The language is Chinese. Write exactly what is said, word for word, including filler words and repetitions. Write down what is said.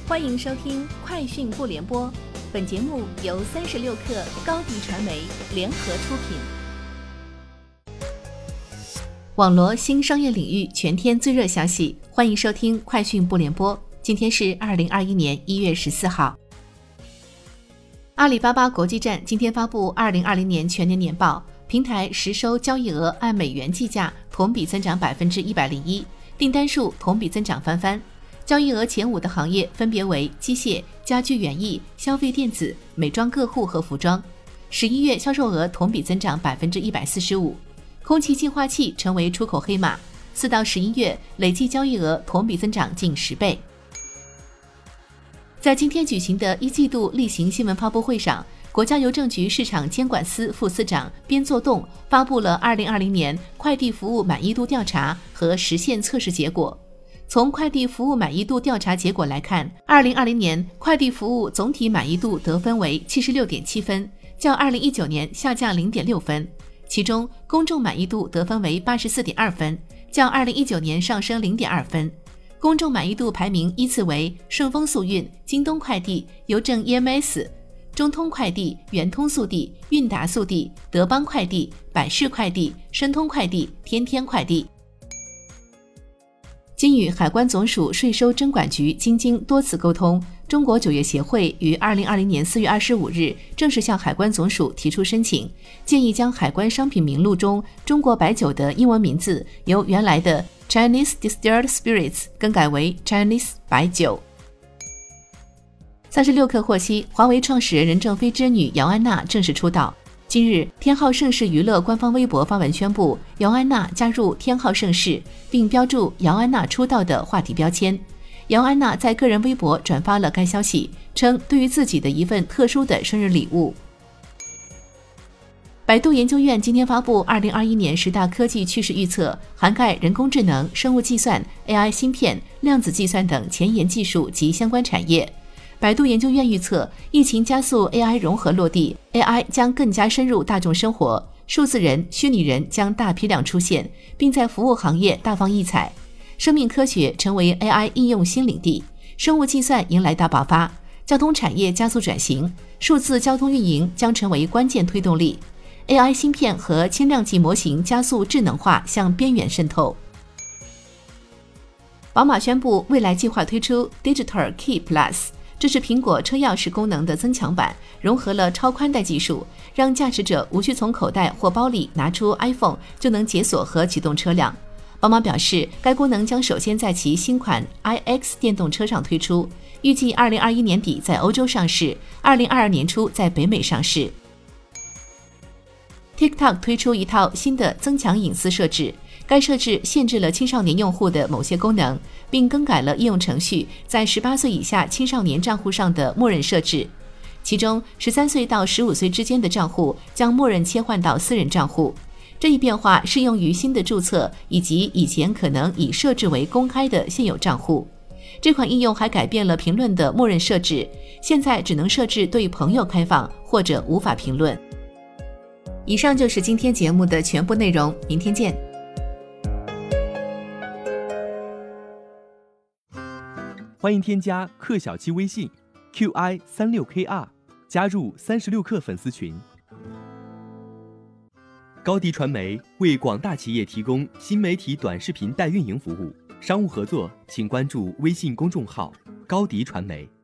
欢迎收听快讯不联播，本节目由三十六克高低传媒联合出品。网罗新商业领域全天最热消息，欢迎收听快讯不联播。今天是二零二一年一月十四号。阿里巴巴国际站今天发布二零二零年全年年报，平台实收交易额按美元计价，同比增长百分之一百零一，订单数同比增长翻番。交易额前五的行业分别为机械、家居园艺、消费电子、美妆个护和服装。十一月销售额同比增长百分之一百四十五。空气净化器成为出口黑马，四到十一月累计交易额同比增长近十倍。在今天举行的一季度例行新闻发布会上，国家邮政局市场监管司副司长边作栋发布了二零二零年快递服务满意度调查和实现测试结果。从快递服务满意度调查结果来看，二零二零年快递服务总体满意度得分为 七十六点七分，较二零一九年下降 零点六分。其中公众满意度得分为 八十四点二分，较二零一九年上升 零点二分。公众满意度排名依次为顺丰速运、京东快递、邮政 E M S、中通快递、圆通速递、韵达速递、德邦快递、百世快递、申通快递、天天快递。经与海关总署税收征管局京津多次沟通，中国酒业协会于二零二零年四月二十五日正式向海关总署提出申请，建议将海关商品名录中中国白酒的英文名字由原来的 Chinese Distilled Spirits 更改为 Chinese 白酒。三十六氪获悉，华为创始人任正非之女姚安娜正式出道。今日，天浩盛世娱乐官方微博发文宣布，姚安娜加入天浩盛世，并标注姚安娜出道的话题标签。姚安娜在个人微博转发了该消息，称对于自己的一份特殊的生日礼物。百度研究院今天发布二零二一年十大科技趋势预测，涵盖人工智能、生物计算、A I 芯片、量子计算等前沿技术及相关产业。百度研究院预测，疫情加速 A I 融合落地 ，A I 将更加深入大众生活，数字人、虚拟人将大批量出现，并在服务行业大放异彩。生命科学成为 A I 应用新领地，生物计算迎来大爆发，交通产业加速转型，数字交通运营将成为关键推动力。A I 芯片和轻量级模型加速智能化向边缘渗透。宝马宣布，未来计划推出 Digital Key Plus。这是苹果车钥匙功能的增强版，融合了超宽带技术，让驾驶者无需从口袋或包里拿出 iPhone 就能解锁和启动车辆。宝马表示，该功能将首先在其新款 i X 电动车上推出，预计二零二一年底在欧洲上市，二零二二年初在北美上市。TikTok 推出一套新的增强隐私设置，该设置限制了青少年用户的某些功能，并更改了应用程序在十八岁以下青少年账户上的默认设置。其中十三岁到十五岁之间的账户将默认切换到私人账户。这一变化适用于新的注册以及以前可能已设置为公开的现有账户。这款应用还改变了评论的默认设置，现在只能设置对朋友开放或者无法评论。以上就是今天节目的全部内容，明天见。 欢迎添加克小七微信 Q I 三六 K R， 加入三十六氪粉丝群。高迪传媒为广大企业提供新媒体短视频代运营服务，商务合作请关注微信公众号高迪传媒。